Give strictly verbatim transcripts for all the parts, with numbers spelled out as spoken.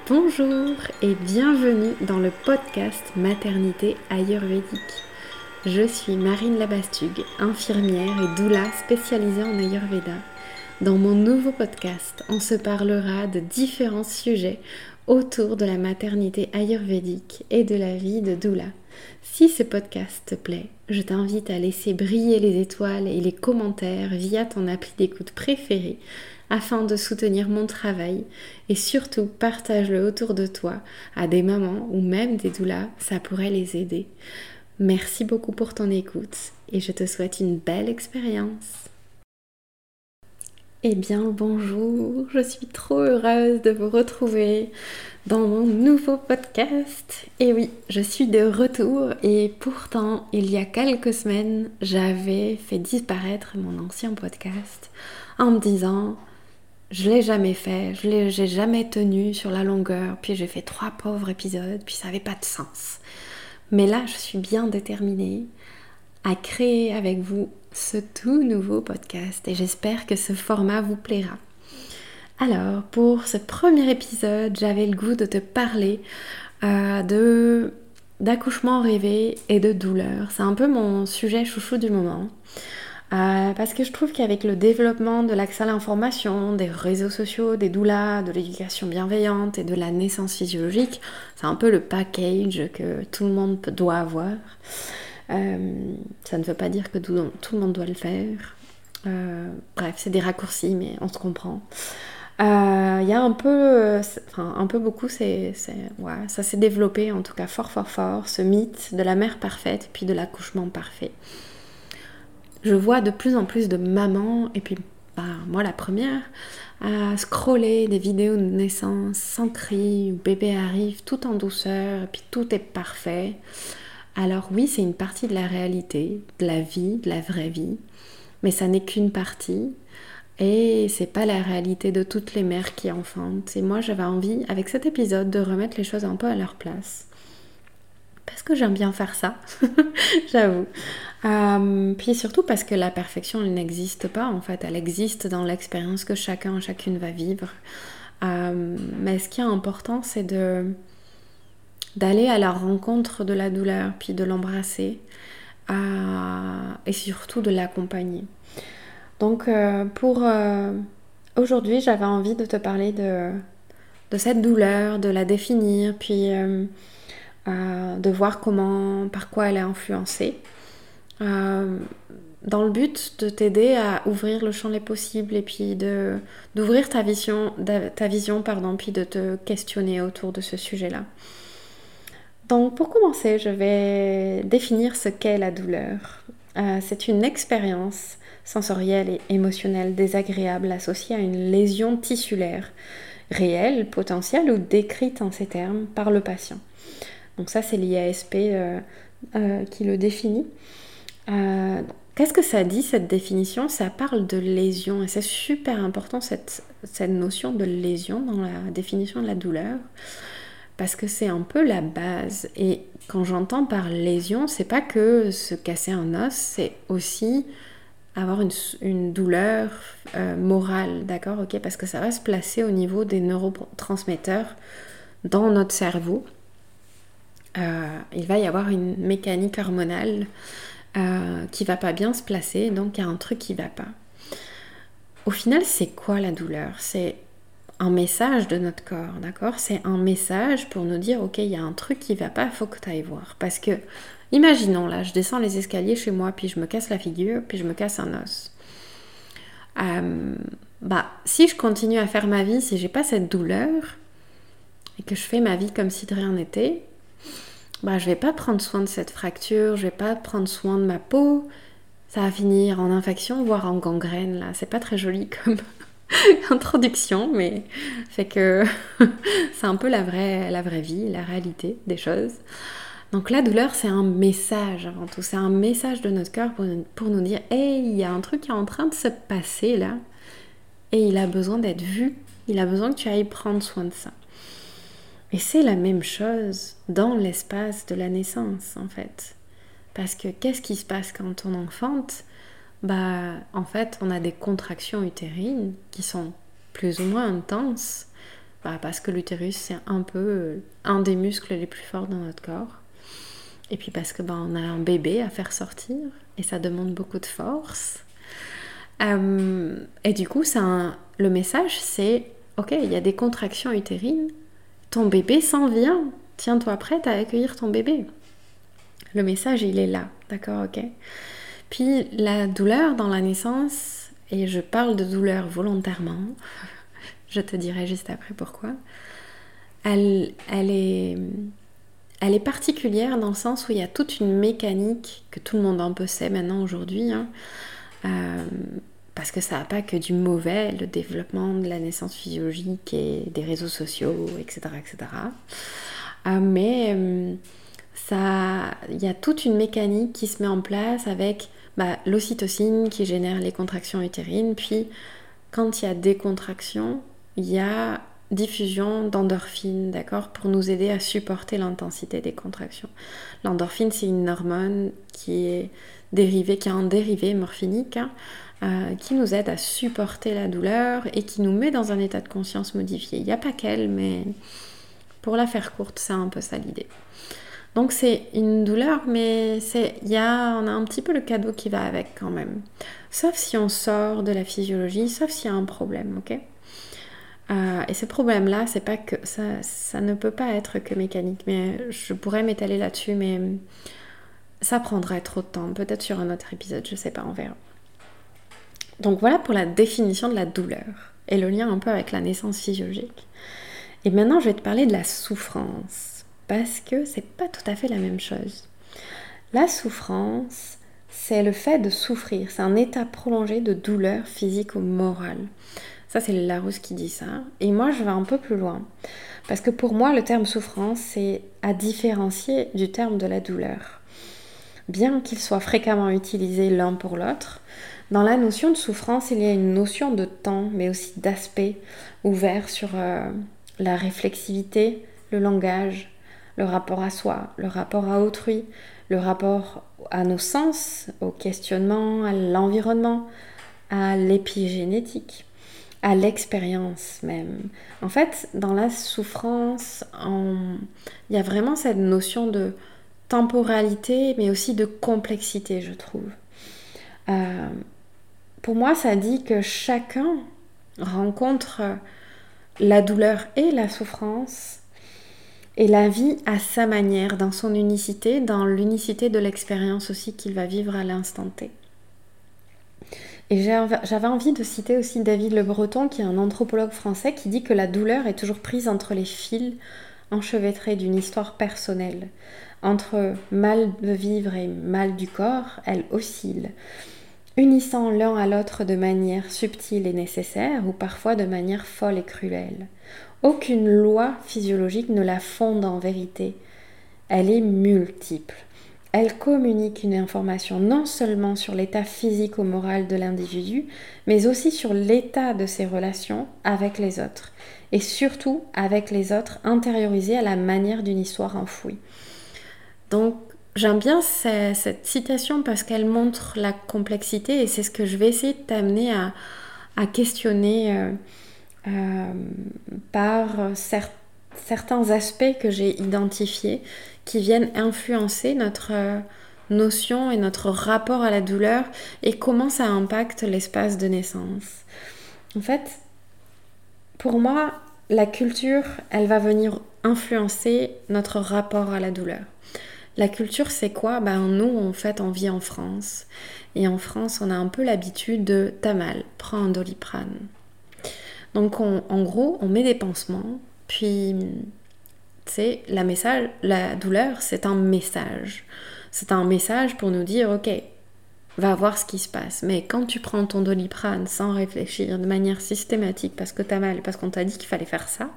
Bonjour et bienvenue dans le podcast Maternité Ayurvédique. Je suis Marine Labastugue, infirmière et doula spécialisée en Ayurveda. Dans mon nouveau podcast, on se parlera de différents sujets autour de la maternité ayurvédique et de la vie de doula. Si ce podcast te plaît, je t'invite à laisser briller les étoiles et les commentaires via ton appli d'écoute préférée afin de soutenir mon travail et surtout partage-le autour de toi à des mamans ou même des doulas, ça pourrait les aider. Merci beaucoup pour ton écoute et je te souhaite une belle expérience. Eh bien bonjour, je suis trop heureuse de vous retrouver dans mon nouveau podcast. Et oui, je suis de retour et pourtant il y a quelques semaines j'avais fait disparaître mon ancien podcast en me disant je l'ai jamais fait, je l'ai j'ai jamais tenu sur la longueur, puis j'ai fait trois pauvres épisodes, puis ça n'avait pas de sens. Mais là je suis bien déterminée à créer avec vous ce tout nouveau podcast et j'espère que ce format vous plaira. Alors, pour ce premier épisode, j'avais le goût de te parler euh, de, d'accouchement rêvé et de douleur. C'est un peu mon sujet chouchou du moment. Euh, parce que je trouve qu'avec le développement de l'accès à l'information, des réseaux sociaux, des doulas, de l'éducation bienveillante et de la naissance physiologique, c'est un peu le package que tout le monde doit avoir. Euh, ça ne veut pas dire que tout, tout le monde doit le faire. Euh, bref, c'est des raccourcis, mais on se comprend. Il euh, y a un peu, enfin un peu beaucoup, c'est, c'est, ouais, ça s'est développé en tout cas fort fort fort, ce mythe de la mère parfaite puis de l'accouchement parfait. Je vois de plus en plus de mamans, et puis bah, moi la première, à scroller des vidéos de naissance sans cri, où bébé arrive tout en douceur, et puis tout est parfait. Alors oui, c'est une partie de la réalité, de la vie, de la vraie vie, mais ça n'est qu'une partie. Et c'est pas la réalité de toutes les mères qui enfantent. Et moi, j'avais envie, avec cet épisode, de remettre les choses un peu à leur place. Parce que j'aime bien faire ça, j'avoue. Euh, puis surtout parce que la perfection, elle n'existe pas, en fait. Elle existe dans l'expérience que chacun, chacune va vivre. Euh, mais ce qui est important, c'est de, d'aller à la rencontre de la douleur, puis de l'embrasser. Euh, et surtout de l'accompagner. Donc euh, pour euh, aujourd'hui, j'avais envie de te parler de, de cette douleur, de la définir, puis euh, euh, de voir comment, par quoi elle est influencée, euh, dans le but de t'aider à ouvrir le champ des possibles et puis de, d'ouvrir ta vision, ta vision pardon, puis de te questionner autour de ce sujet-là. Donc pour commencer, je vais définir ce qu'est la douleur. Euh, c'est une expérience sensorielle et émotionnelle désagréable associée à une lésion tissulaire, réelle, potentielle ou décrite en ces termes par le patient. Donc ça, c'est l'I A S P euh, euh, qui le définit. Euh, qu'est-ce que ça dit, cette définition ? Ça parle de lésion et c'est super important cette, cette notion de lésion dans la définition de la douleur. Parce que c'est un peu la base. Et quand j'entends par lésion, c'est pas que se casser un os, c'est aussi avoir une, une douleur euh, morale, d'accord, ok, parce que ça va se placer au niveau des neurotransmetteurs dans notre cerveau. Euh, il va y avoir une mécanique hormonale euh, qui va pas bien se placer, donc il y a un truc qui va pas. Au final, c'est quoi la douleur ? C'est un message de notre corps, d'accord ? C'est un message pour nous dire, ok, il y a un truc qui va pas, il faut que tu ailles voir. Parce que, imaginons là, je descends les escaliers chez moi, puis je me casse la figure, puis je me casse un os. Euh, bah, si je continue à faire ma vie, si j'ai pas cette douleur, et que je fais ma vie comme si de rien n'était, bah, je vais pas prendre soin de cette fracture, je vais pas prendre soin de ma peau, ça va finir en infection, voire en gangrène, là. C'est pas très joli comme introduction, mais fait que c'est un peu la vraie, la vraie vie, la réalité des choses. Donc la douleur, c'est un message avant tout, c'est un message de notre cœur pour, pour nous dire « Hey, il y a un truc qui est en train de se passer là, et il a besoin d'être vu, il a besoin que tu ailles prendre soin de ça. » Et c'est la même chose dans l'espace de la naissance, en fait. Parce que qu'est-ce qui se passe quand on enfante ? Bah, en fait, on a des contractions utérines qui sont plus ou moins intenses, Bah, parce que l'utérus, c'est un peu euh, un des muscles les plus forts dans notre corps. Et puis parce que bah, on a un bébé à faire sortir et ça demande beaucoup de force. Euh, et du coup, ça, un... le message, c'est ok, il y a des contractions utérines, ton bébé s'en vient. Tiens-toi prête à accueillir ton bébé. Le message, il est là, d'accord, ok. Puis la douleur dans la naissance, et je parle de douleur volontairement, je te dirai juste après pourquoi, elle, elle, est, elle est particulière dans le sens où il y a toute une mécanique que tout le monde un peu sait maintenant aujourd'hui, hein, euh, parce que ça n'a pas que du mauvais, le développement de la naissance physiologique et des réseaux sociaux, et cetera et cetera. Euh, mais euh, ça, il y a toute une mécanique qui se met en place avec bah, l'ocytocine qui génère les contractions utérines, puis quand il y a des contractions, il y a diffusion d'endorphine, d'accord, pour nous aider à supporter l'intensité des contractions. L'endorphine, c'est une hormone qui est dérivée, qui a un dérivé morphinique, hein, euh, qui nous aide à supporter la douleur et qui nous met dans un état de conscience modifié. Il n'y a pas qu'elle, mais pour la faire courte, c'est un peu ça l'idée. Donc c'est une douleur, mais c'est, y a, on a un petit peu le cadeau qui va avec quand même. Sauf si on sort de la physiologie, sauf s'il y a un problème, ok ? euh, Et ce problème-là, c'est pas que ça, ça ne peut pas être que mécanique. Mais je pourrais m'étaler là-dessus, mais ça prendrait trop de temps. Peut-être sur un autre épisode, je sais pas, on verra. Donc voilà pour la définition de la douleur et le lien un peu avec la naissance physiologique. Et maintenant, je vais te parler de la souffrance. Parce que c'est pas tout à fait la même chose. La souffrance, c'est le fait de souffrir. C'est un état prolongé de douleur physique ou morale. Ça, c'est Larousse qui dit ça. Et moi, je vais un peu plus loin. Parce que pour moi, le terme souffrance, c'est à différencier du terme de la douleur. Bien qu'il soit fréquemment utilisé l'un pour l'autre, dans la notion de souffrance, il y a une notion de temps, mais aussi d'aspect ouvert sur euh, la réflexivité, le langage, le rapport à soi, le rapport à autrui, le rapport à nos sens, au questionnement, à l'environnement, à l'épigénétique, à l'expérience même. En fait, dans la souffrance, on... il y a vraiment cette notion de temporalité, mais aussi de complexité, je trouve. Euh, pour moi, ça dit que chacun rencontre la douleur et la souffrance et la vie à sa manière, dans son unicité, dans l'unicité de l'expérience aussi qu'il va vivre à l'instant T. Et j'avais envie de citer aussi David Le Breton, qui est un anthropologue français, qui dit que la douleur est toujours prise entre les fils enchevêtrés d'une histoire personnelle. Entre mal de vivre et mal du corps, elle oscille, unissant l'un à l'autre de manière subtile et nécessaire, ou parfois de manière folle et cruelle. Aucune loi physiologique ne la fonde en vérité. Elle est multiple. Elle communique une information non seulement sur l'état physique ou moral de l'individu, mais aussi sur l'état de ses relations avec les autres, et surtout avec les autres intériorisés à la manière d'une histoire enfouie. Donc, j'aime bien cette citation parce qu'elle montre la complexité, et c'est ce que je vais essayer de t'amener à, à questionner euh, euh, par cer- certains aspects que j'ai identifiés qui viennent influencer notre euh, notion et notre rapport à la douleur et comment ça impacte l'espace de naissance. En fait, pour moi, la culture, elle va venir influencer notre rapport à la douleur. La culture, c'est quoi ? Ben, nous, en fait, on vit en France. Et en France, on a un peu l'habitude de « t'as mal, prends un Doliprane ». Donc, on, en gros, on met des pansements, puis, tu sais, la, message, la douleur, c'est un message. C'est un message pour nous dire « ok, va voir ce qui se passe ». Mais quand tu prends ton Doliprane sans réfléchir, de manière systématique, parce que t'as mal, parce qu'on t'a dit qu'il fallait faire ça,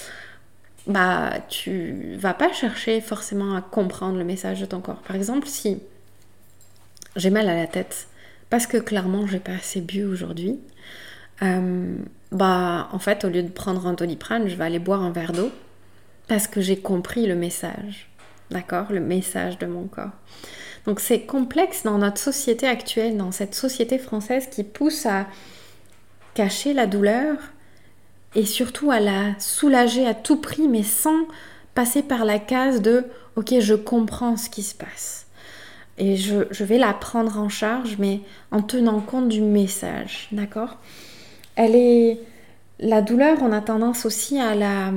bah, tu vas pas chercher forcément à comprendre le message de ton corps. Par exemple, si j'ai mal à la tête, parce que clairement, j'ai pas assez bu aujourd'hui, euh, bah, en fait, au lieu de prendre un Doliprane, je vais aller boire un verre d'eau, parce que j'ai compris le message, d'accord ? Le message de mon corps. Donc, c'est complexe dans notre société actuelle, dans cette société française qui pousse à cacher la douleur, et surtout à la soulager à tout prix, mais sans passer par la case de « ok, je comprends ce qui se passe ». Et je, je vais la prendre en charge, mais en tenant compte du message, d'accord ? Elle est... La douleur, on a tendance aussi à la...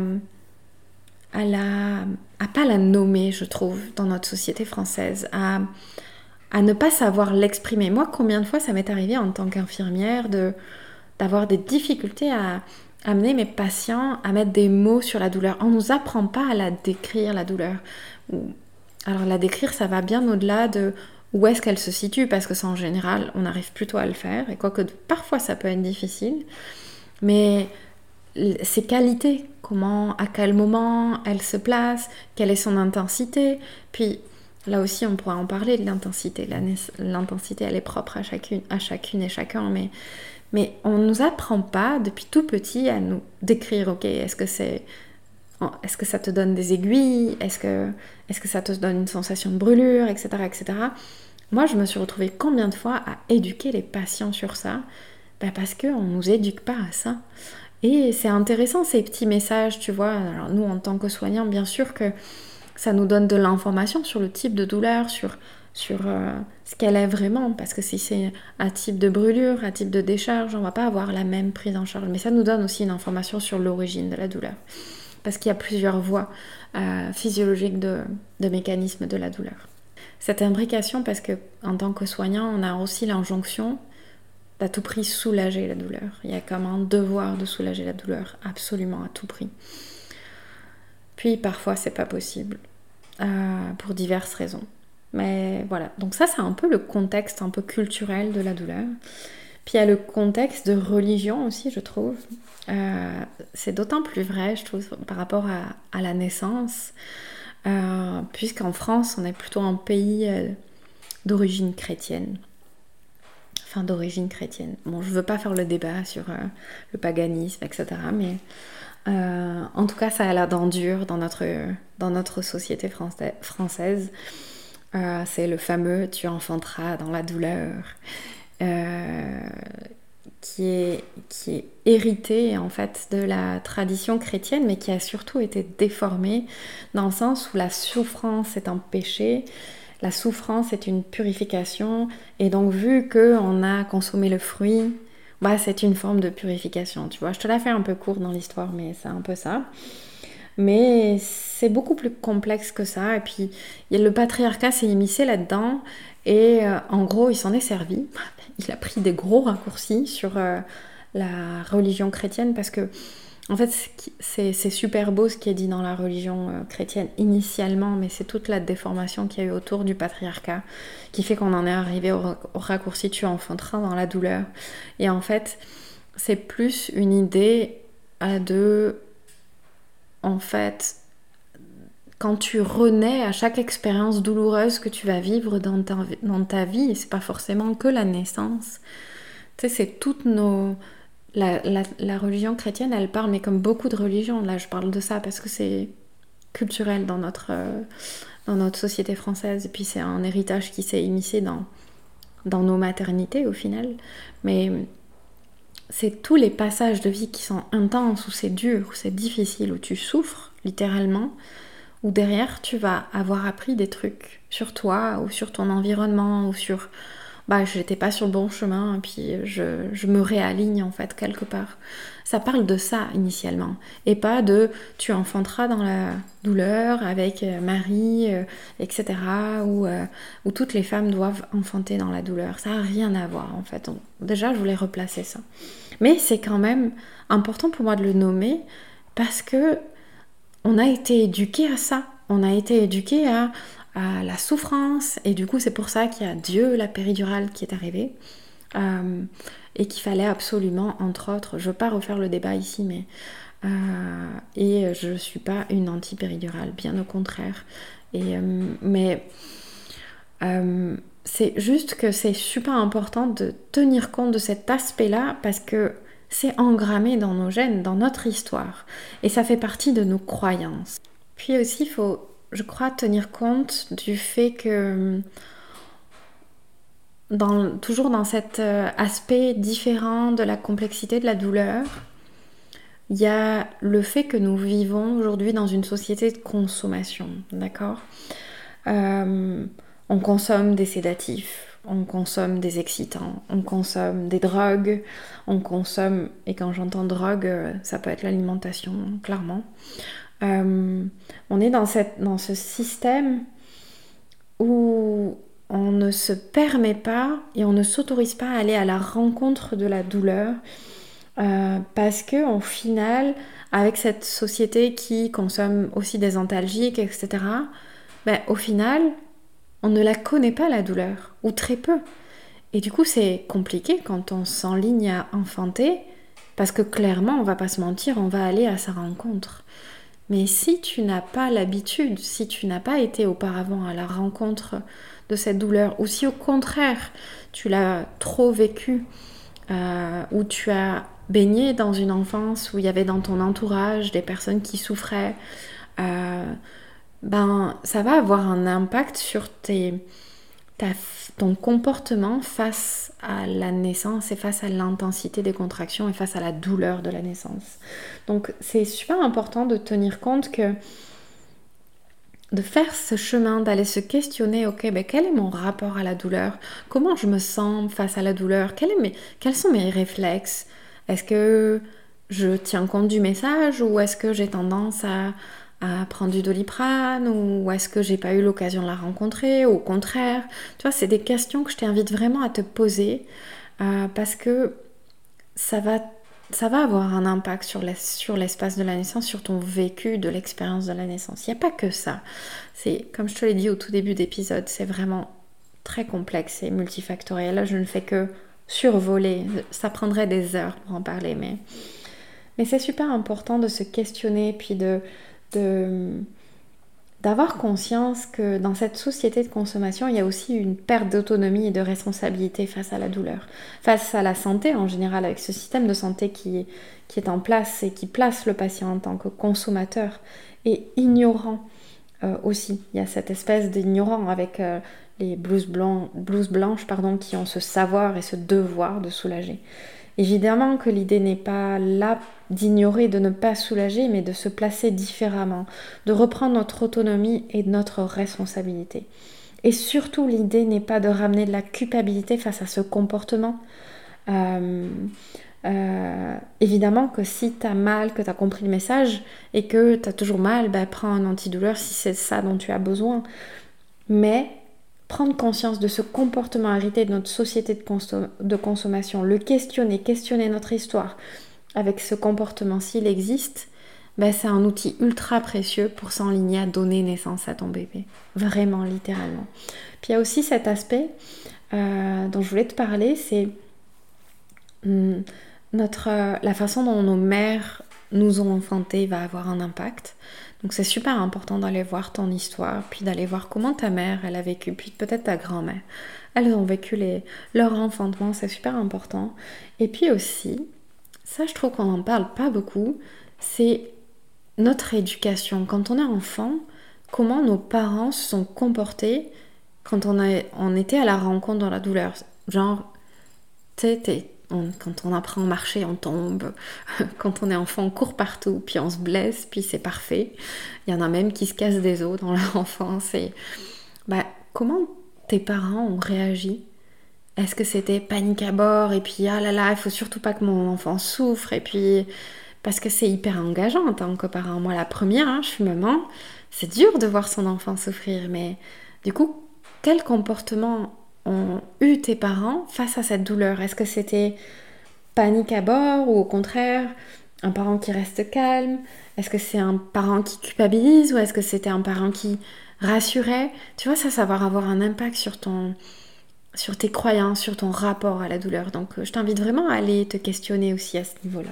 à la... à pas la nommer, je trouve, dans notre société française, à, à ne pas savoir l'exprimer. Moi, combien de fois ça m'est arrivé en tant qu'infirmière de, d'avoir des difficultés à amener mes patients à mettre des mots sur la douleur. On ne nous apprend pas à la décrire, la douleur. Alors la décrire, ça va bien au-delà de où est-ce qu'elle se situe, parce que ça, en général, on arrive plutôt à le faire, et quoique parfois ça peut être difficile, mais ses qualités, comment, à quel moment elle se place, quelle est son intensité, puis là aussi on pourra en parler de l'intensité, l'intensité elle est propre à chacune, à chacune et chacun, mais, mais on ne nous apprend pas depuis tout petit à nous décrire, ok, est-ce que c'est... Est-ce que ça te donne des aiguilles ? Est-ce que, est-ce que ça te donne une sensation de brûlure, et cetera, et cetera. Moi, je me suis retrouvée combien de fois à éduquer les patients sur ça ? Ben parce qu'on ne nous éduque pas à ça. Et c'est intéressant, ces petits messages, tu vois. Alors, nous, en tant que soignants, bien sûr que ça nous donne de l'information sur le type de douleur, sur, sur euh, ce qu'elle est vraiment. Parce que si c'est un type de brûlure, un type de décharge, on ne va pas avoir la même prise en charge. Mais ça nous donne aussi une information sur l'origine de la douleur. Parce qu'il y a plusieurs voies euh, physiologiques de, de mécanismes de la douleur. Cette imbrication, parce qu'en tant que soignant, on a aussi l'injonction d'à tout prix soulager la douleur. Il y a comme un devoir de soulager la douleur, absolument à tout prix. Puis parfois, c'est pas possible, euh, pour diverses raisons. Mais voilà, donc ça, c'est un peu le contexte un peu culturel de la douleur. Puis il y a le contexte de religion aussi, je trouve. Euh, c'est d'autant plus vrai, je trouve, par rapport à, à la naissance, euh, puisqu'en France, on est plutôt un pays euh, d'origine chrétienne. Enfin, d'origine chrétienne. Bon, je veux pas faire le débat sur euh, le paganisme, et cetera. Mais euh, en tout cas, ça a l'air d'endure dans notre, dans notre société française. Euh, c'est le fameux « tu enfanteras dans la douleur ». Euh, qui est, qui est hérité en fait de la tradition chrétienne, mais qui a surtout été déformée dans le sens où la souffrance est un péché, la souffrance est une purification, et donc vu qu'on a consommé le fruit, bah, c'est une forme de purification, tu vois. Je te la fais un peu court dans l'histoire, mais c'est un peu ça. Mais c'est beaucoup plus complexe que ça, et puis le patriarcat s'est immiscé là-dedans, et euh, en gros, il s'en est servi. Il a pris des gros raccourcis sur euh, la religion chrétienne, parce que, en fait, c'est, c'est super beau ce qui est dit dans la religion euh, chrétienne initialement, mais c'est toute la déformation qu'il y a eu autour du patriarcat qui fait qu'on en est arrivé au, au raccourci « tu enfanteras dans la douleur ». Et en fait, c'est plus une idée euh, de... En fait... Quand tu renais à chaque expérience douloureuse que tu vas vivre dans ta, dans ta vie, et c'est pas forcément que la naissance, tu sais, c'est toutes nos... La, la, la religion chrétienne, elle parle, mais comme beaucoup de religions, là je parle de ça parce que c'est culturel dans notre, euh, dans notre société française, et puis c'est un héritage qui s'est immiscé dans, dans nos maternités au final, mais c'est tous les passages de vie qui sont intenses, où c'est dur, où c'est difficile, où tu souffres, littéralement, où derrière tu vas avoir appris des trucs sur toi ou sur ton environnement ou sur bah j'étais pas sur le bon chemin et puis je, je me réaligne en fait quelque part. Ça parle de ça initialement et pas de tu enfanteras dans la douleur avec Marie, euh, et cetera. Où, euh, où toutes les femmes doivent enfanter dans la douleur. Ça n'a rien à voir en fait. Donc, déjà je voulais replacer ça. Mais c'est quand même important pour moi de le nommer parce que on a été éduqué à ça, on a été éduqué à, à la souffrance, et du coup c'est pour ça qu'il y a Dieu, la péridurale qui est arrivée, euh, et qu'il fallait absolument, entre autres, je ne veux pas refaire le débat ici, mais euh, et je ne suis pas une anti-péridurale, bien au contraire, et, euh, mais euh, c'est juste que c'est super important de tenir compte de cet aspect-là, parce que c'est engrammé dans nos gènes, dans notre histoire. Et ça fait partie de nos croyances. Puis aussi, il faut, je crois, tenir compte du fait que, dans, toujours dans cet aspect différent de la complexité de la douleur, il y a le fait que nous vivons aujourd'hui dans une société de consommation, d'accord ? Euh, on consomme des sédatifs, on consomme des excitants, on consomme des drogues, on consomme, et quand j'entends drogue, ça peut être l'alimentation, clairement. Euh, on est dans, cette, dans ce système où on ne se permet pas et on ne s'autorise pas à aller à la rencontre de la douleur euh, parce que au final, avec cette société qui consomme aussi des antalgiques, et cetera, ben, au final, on ne la connaît pas la douleur, ou très peu. Et du coup, c'est compliqué quand on s'enligne à enfanter, parce que clairement, on va pas se mentir, on va aller à sa rencontre. Mais si tu n'as pas l'habitude, si tu n'as pas été auparavant à la rencontre de cette douleur, ou si au contraire, tu l'as trop vécu, euh, ou tu as baigné dans une enfance où il y avait dans ton entourage des personnes qui souffraient, euh, ben ça va avoir un impact sur tes, ta, ton comportement face à la naissance et face à l'intensité des contractions et face à la douleur de la naissance. Donc c'est super important de tenir compte que de faire ce chemin, d'aller se questionner, ok, ben quel est mon rapport à la douleur? Comment je me sens face à la douleur? Quel est mes, quels sont mes réflexes? Est-ce que je tiens compte du message ou est-ce que j'ai tendance à, à prendre du Doliprane ou est-ce que j'ai pas eu l'occasion de la rencontrer ou au contraire? Tu vois, c'est des questions que je t'invite vraiment à te poser euh, parce que ça va ça va avoir un impact sur, la, sur l'espace de la naissance, sur ton vécu de l'expérience de la naissance. Il n'y a pas que ça. C'est, comme je te l'ai dit au tout début d'épisode, c'est vraiment très complexe et multifactoriel. Là, je ne fais que survoler. Ça prendrait des heures pour en parler, mais, mais c'est super important de se questionner, puis de, de, d'avoir conscience que dans cette société de consommation, il y a aussi une perte d'autonomie et de responsabilité face à la douleur, face à la santé en général, avec ce système de santé qui, qui est en place et qui place le patient en tant que consommateur et ignorant euh, aussi. Il y a cette espèce d'ignorant avec euh, les blouses, blancs, blouses blanches pardon, qui ont ce savoir et ce devoir de soulager. Évidemment que l'idée n'est pas là d'ignorer, de ne pas soulager, mais de se placer différemment, de reprendre notre autonomie et notre responsabilité. Et surtout, l'idée n'est pas de ramener de la culpabilité face à ce comportement. Euh, euh, évidemment que si tu as mal, que tu as compris le message et que tu as toujours mal, ben, prends un antidouleur si c'est ça dont tu as besoin. Mais prendre conscience de ce comportement hérité de notre société de, consom- de consommation, le questionner, questionner notre histoire avec ce comportement s'il existe, ben c'est un outil ultra précieux pour s'enligner à donner naissance à ton bébé. Vraiment, littéralement. Puis il y a aussi cet aspect euh, dont je voulais te parler, c'est hum, notre, euh, la façon dont nos mères nous ont enfantés va avoir un impact. Donc c'est super important d'aller voir ton histoire, puis d'aller voir comment ta mère, elle a vécu, puis peut-être ta grand-mère. Elles ont vécu les, leur enfantement, c'est super important. Et puis aussi, ça je trouve qu'on n'en parle pas beaucoup, c'est notre éducation. Quand on est enfant, comment nos parents se sont comportés quand on, a, on était à la rencontre dans la douleur. Genre, tu sais, On, quand on apprend à marcher, on tombe. Quand on est enfant, on court partout, puis on se blesse, puis c'est parfait. Il y en a même qui se cassent des os dans leur enfance. Et, bah, comment tes parents ont réagi? Est-ce que c'était panique à bord et puis ah là là, il faut surtout pas que mon enfant souffre et puis parce que c'est hyper engageant en tant que parent. Moi, la première, hein, je suis maman, c'est dur de voir son enfant souffrir, mais du coup, quel comportement ont eu tes parents face à cette douleur? Est-ce que c'était panique à bord ou au contraire un parent qui reste calme? Est-ce que c'est un parent qui culpabilise ou est-ce que c'était un parent qui rassurait? Tu vois, ça, ça va avoir un impact sur ton, sur tes croyances, sur ton rapport à la douleur. Donc, je t'invite vraiment à aller te questionner aussi à ce niveau-là.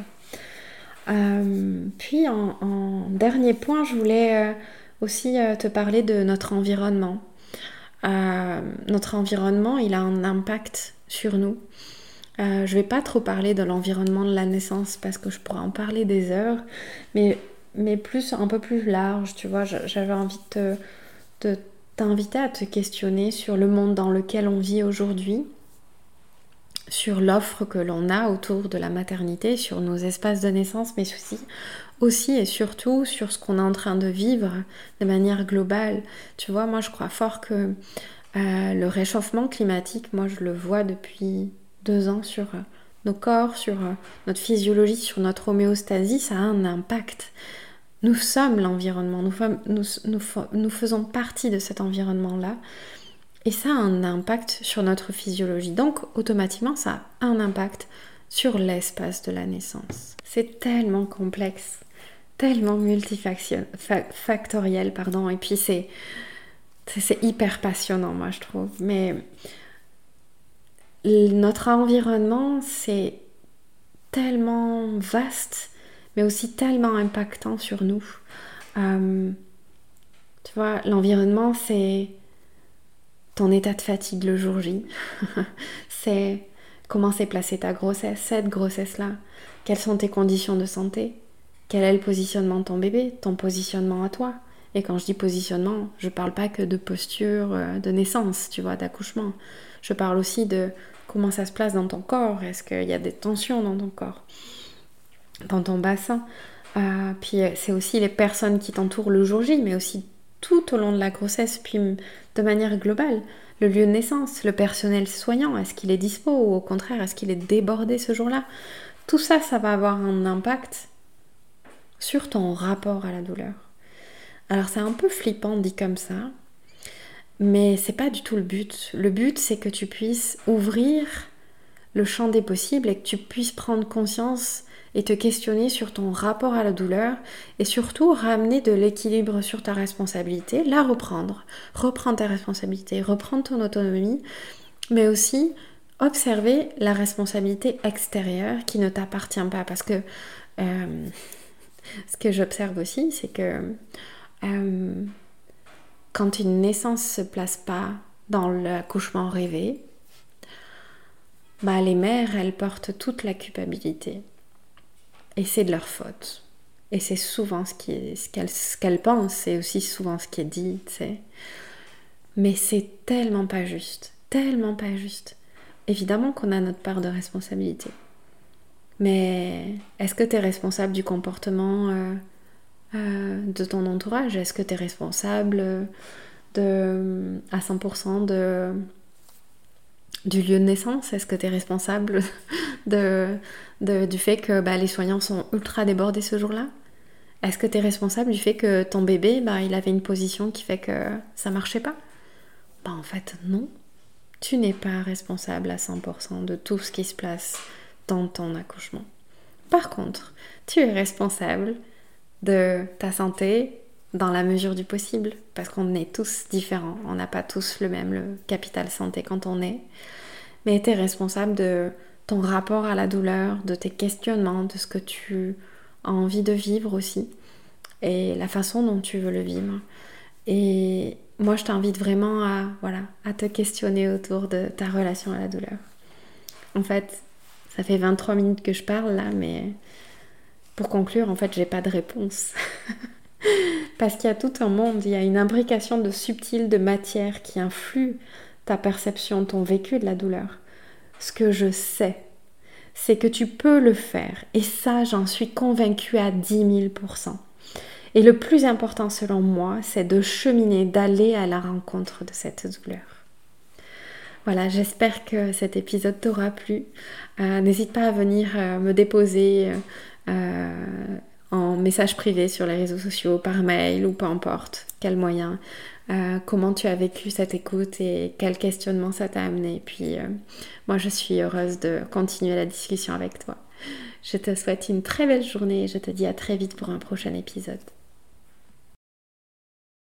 Euh, puis, en, en dernier point, je voulais euh, aussi euh, te parler de notre environnement. Euh, notre environnement, il a un impact sur nous. Euh, je vais pas trop parler de l'environnement de la naissance parce que je pourrais en parler des heures, mais, mais plus, un peu plus large, tu vois. J'avais envie de, te, de t'inviter à te questionner sur le monde dans lequel on vit aujourd'hui sur l'offre que l'on a autour de la maternité, sur nos espaces de naissance, mais aussi, aussi et surtout sur ce qu'on est en train de vivre de manière globale. Tu vois, moi je crois fort que euh, le réchauffement climatique, moi je le vois depuis deux ans sur euh, nos corps, sur euh, notre physiologie, sur notre homéostasie, ça a un impact. Nous sommes l'environnement, nous, nous, nous, nous faisons partie de cet environnement-là. Et ça a un impact sur notre physiologie. Donc, automatiquement, ça a un impact sur l'espace de la naissance. C'est tellement complexe, tellement multifactoriel, pardon. Et puis, c'est, c'est hyper passionnant, moi, je trouve. Mais notre environnement, c'est tellement vaste, mais aussi tellement impactant sur nous. Euh, tu vois, l'environnement, c'est ton état de fatigue le jour J, c'est comment s'est placée ta grossesse, cette grossesse-là, quelles sont tes conditions de santé, quel est le positionnement de ton bébé, ton positionnement à toi. Et quand je dis positionnement, je parle pas que de posture de naissance, tu vois, d'accouchement. Je parle aussi de comment ça se place dans ton corps, est-ce qu'il y a des tensions dans ton corps, dans ton bassin. Euh, puis c'est aussi les personnes qui t'entourent le jour J, mais aussi tout au long de la grossesse, puis de manière globale, le lieu de naissance, le personnel soignant, est-ce qu'il est dispo ou au contraire, est-ce qu'il est débordé ce jour-là? Tout ça, ça va avoir un impact sur ton rapport à la douleur. Alors c'est un peu flippant dit comme ça, mais c'est pas du tout le but. Le but, c'est que tu puisses ouvrir le champ des possibles et que tu puisses prendre conscience et te questionner sur ton rapport à la douleur et surtout ramener de l'équilibre sur ta responsabilité, la reprendre, reprendre ta responsabilité, reprendre ton autonomie, mais aussi observer la responsabilité extérieure qui ne t'appartient pas. Parce que euh, ce que j'observe aussi, c'est que euh, quand une naissance se place pas dans l'accouchement rêvé, bah les mères, elles portent toute la culpabilité. Et c'est de leur faute. Et c'est souvent ce, qui est, ce, qu'elles, ce qu'elles pensent, c'est aussi souvent ce qui est dit, tu sais. Mais c'est tellement pas juste, tellement pas juste. Évidemment qu'on a notre part de responsabilité. Mais est-ce que tu es responsable du comportement euh, euh, de ton entourage? Est-ce que tu es responsable de, à cent pour cent de... du lieu de naissance? Est-ce que tu es responsable de, de, du fait que bah, les soignants sont ultra débordés ce jour-là? Est-ce que tu es responsable du fait que ton bébé, bah, il avait une position qui fait que ça marchait pas? Bah en fait, non. Tu n'es pas responsable à cent pour cent de tout ce qui se place dans ton accouchement. Par contre, tu es responsable de ta santé dans la mesure du possible, parce qu'on est tous différents. On n'a pas tous le même le capital santé quand on est. Mais tu es responsable de ton rapport à la douleur, de tes questionnements, de ce que tu as envie de vivre aussi, et la façon dont tu veux le vivre. Et moi, je t'invite vraiment à, voilà, à te questionner autour de ta relation à la douleur. En fait, ça fait vingt-trois minutes que je parle là, mais pour conclure, en fait, j'ai pas de réponse. Parce qu'il y a tout un monde, il y a une imbrication de subtile de matière qui influe ta perception, ton vécu de la douleur. Ce que je sais, c'est que tu peux le faire. Et ça, j'en suis convaincue à dix mille pour cent. Et le plus important selon moi, c'est de cheminer, d'aller à la rencontre de cette douleur. Voilà, j'espère que cet épisode t'aura plu. Euh, n'hésite pas à venir euh, me déposer euh, en message privé sur les réseaux sociaux, par mail ou peu importe quel moyen. Euh, comment tu as vécu cette écoute et quel questionnement ça t'a amené. Et puis, euh, moi, je suis heureuse de continuer la discussion avec toi. Je te souhaite une très belle journée et je te dis à très vite pour un prochain épisode.